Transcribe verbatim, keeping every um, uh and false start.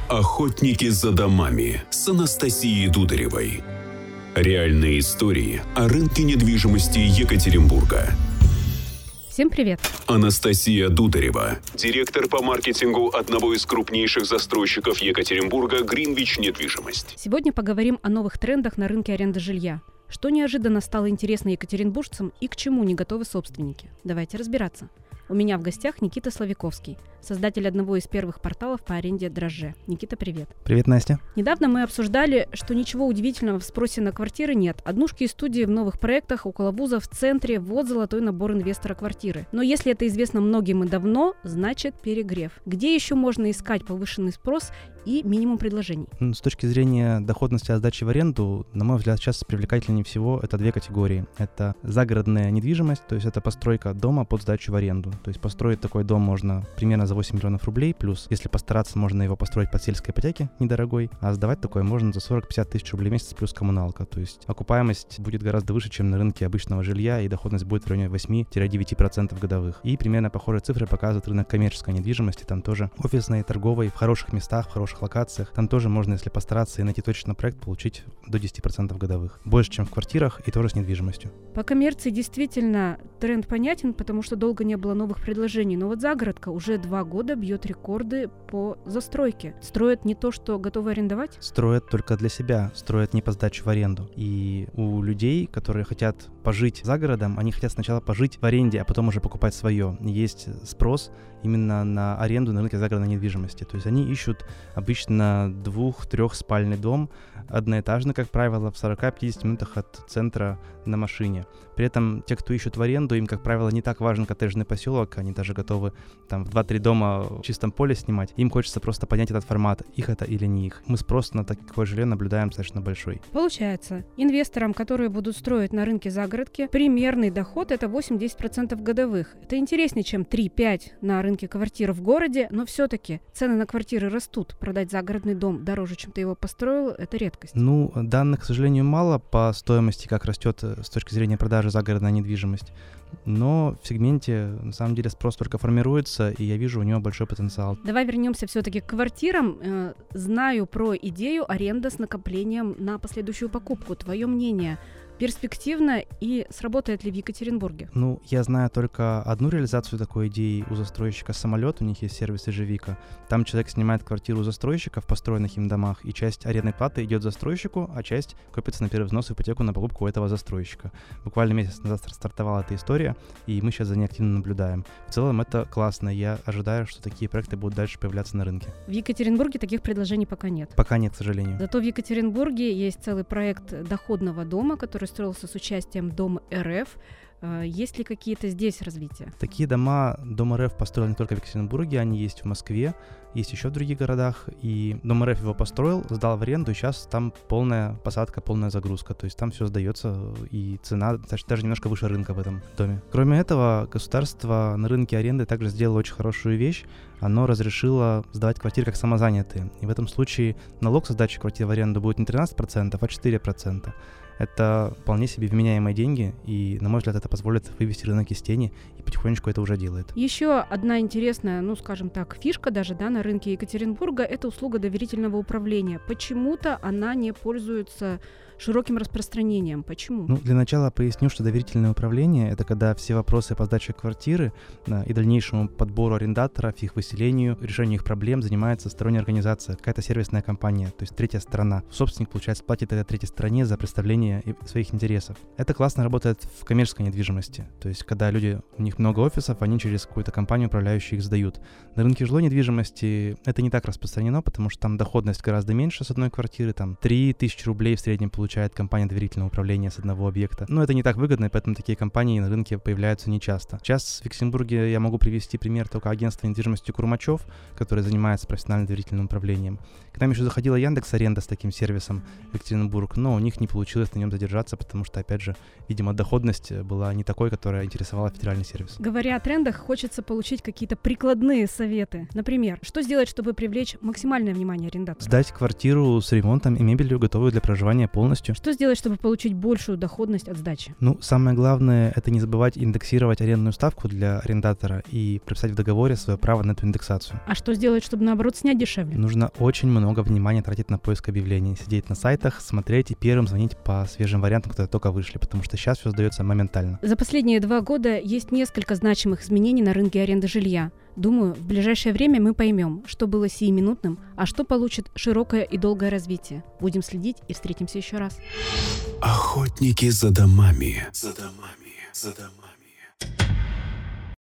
Охотники за домами с Анастасией Дударевой. Реальные истории о рынке недвижимости Екатеринбурга. Всем привет! Анастасия Дударева, директор по маркетингу одного из крупнейших застройщиков Екатеринбурга «Гринвич Недвижимость». Сегодня поговорим о новых трендах на рынке аренды жилья. Что неожиданно стало интересно екатеринбуржцам и к чему не готовы собственники? Давайте разбираться. У меня в гостях Никита Славиковский, создатель одного из первых порталов по аренде дрожжи. Никита, привет. Привет, Настя. Недавно мы обсуждали, что ничего удивительного в спросе на квартиры нет. Однушки и студии в новых проектах, около вуза, в центре, вот золотой набор инвестора квартиры. Но если это известно многим и давно, значит перегрев. Где еще можно искать повышенный спрос и минимум предложений? С точки зрения доходности от сдачи в аренду, на мой взгляд, сейчас привлекательнее всего это две категории. Это загородная недвижимость, то есть это постройка дома под сдачу в аренду. То есть построить такой дом можно примерно за восемь миллионов рублей, плюс, если постараться, можно его построить под сельской ипотеке недорогой, а сдавать такое можно за сорок-пятьдесят тысяч рублей в месяц плюс коммуналка. То есть окупаемость будет гораздо выше, чем на рынке обычного жилья, и доходность будет в районе восемь-девять процентов годовых. И примерно похожие цифры показывает рынок коммерческой недвижимости, там тоже офисной, торговой, в хороших местах, в хороших локациях. Там тоже можно, если постараться и найти точно проект, получить до десять процентов годовых. Больше, чем в квартирах, и тоже с недвижимостью. По коммерции действительно тренд понятен, потому что долго не было новых предложений. Но вот загородка уже два года бьет рекорды по застройке. Строят не то, что готовы арендовать? Строят только для себя, строят не по сдаче в аренду. И у людей, которые хотят пожить за городом, они хотят сначала пожить в аренде, а потом уже покупать свое. Есть спрос именно на аренду на рынке загородной недвижимости. То есть они ищут обычно двух-трехспальный дом, одноэтажный, как правило, в сорок-пятьдесят минутах от центра на машине. При этом те, кто ищут в аренду, им, как правило, не так важен коттеджный поселок, они даже готовы там в два-три дома в чистом поле снимать. Им хочется просто понять этот формат, их это или не их. Мы спрос на такое жилье наблюдаем достаточно большой. Получается, инвесторам, которые будут строить на рынке загородки, примерный доход это восемь-десять процентов годовых. Это интереснее, чем три-пять на рынке квартир в городе, но все-таки цены на квартиры растут. Продать загородный дом дороже, чем ты его построил, это редкость. Ну, данных, к сожалению, мало по стоимости, как растет с точки зрения продажи загородная недвижимость. Но в сегменте, на самом деле, спрос только формируется, и я вижу у него большой потенциал. Давай вернемся все-таки к квартирам. Э, знаю про идею аренда с накоплением на последующую покупку. Твое мнение, перспективно и сработает ли в Екатеринбурге? Ну, я знаю только одну реализацию такой идеи у застройщика «Самолет», у них есть сервис «Ижевика». Там человек снимает квартиру у застройщика в построенных им домах, и часть арендной платы идет застройщику, а часть копится на первый взнос в ипотеку на покупку у этого застройщика. Буквально месяц назад стартовала эта история, и мы сейчас за ней активно наблюдаем. В целом это классно, я ожидаю, что такие проекты будут дальше появляться на рынке. В Екатеринбурге таких предложений пока нет? Пока нет, к сожалению. Зато в Екатеринбурге есть целый проект доходного дома, который строился с участием Дом РФ. Есть ли какие-то здесь развития? Такие дома Дом РФ построил не только в Екатеринбурге, они есть в Москве, есть еще в других городах, и Дом РФ его построил, сдал в аренду, и сейчас там полная посадка, полная загрузка, то есть там все сдается, и цена даже немножко выше рынка в этом доме. Кроме этого, государство на рынке аренды также сделало очень хорошую вещь, оно разрешило сдавать квартиры как самозанятые, и в этом случае налог со сдачи квартир в аренду будет не тринадцать процентов, а четыре процента. Это вполне себе вменяемые деньги, и, на мой взгляд, это позволит вывести рынок из тени, и потихонечку это уже делает. Еще одна интересная, ну, скажем так, фишка даже, да, на рынке Екатеринбурга – это услуга доверительного управления. Почему-то она не пользуется широким распространением. Почему? Ну, для начала поясню, что доверительное управление – это когда все вопросы по сдаче квартиры да, и дальнейшему подбору арендаторов, их выселению, решению их проблем занимается сторонняя организация, какая-то сервисная компания, то есть третья сторона. Собственник, получается, платит этой третьей стороне за представление своих интересов. Это классно работает в коммерческой недвижимости, то есть когда люди, у них много офисов, они через какую-то компанию управляющую их сдают. На рынке жилой недвижимости это не так распространено, потому что там доходность гораздо меньше с одной квартиры, там три тысячи рублей в среднем получается получает компания доверительного управления с одного объекта. Но это не так выгодно, и поэтому такие компании на рынке появляются нечасто. Сейчас в Екатеринбурге я могу привести пример только агентства недвижимости Курмачев, которое занимается профессиональным доверительным управлением. К нам еще заходила Яндекс.Аренда с таким сервисом в Екатеринбург, но у них не получилось на нем задержаться, потому что, опять же, видимо, доходность была не такой, которая интересовала федеральный сервис. Говоря о трендах, хочется получить какие-то прикладные советы. Например, что сделать, чтобы привлечь максимальное внимание арендатора? Сдать квартиру с ремонтом и мебелью, готовую для проживания полностью. Что сделать, чтобы получить большую доходность от сдачи? Ну, самое главное, это не забывать индексировать арендную ставку для арендатора и прописать в договоре свое право на эту индексацию. А что сделать, чтобы, наоборот, снять дешевле? Нужно очень много внимания тратить на поиск объявлений, сидеть на сайтах, смотреть и первым звонить по свежим вариантам, которые только вышли, потому что сейчас все сдается моментально. За последние два года есть несколько значимых изменений на рынке аренды жилья. Думаю, в ближайшее время мы поймем, что было сиюминутным, а что получит широкое и долгое развитие. Будем следить и встретимся еще раз. Охотники за домами. За домами. За домами.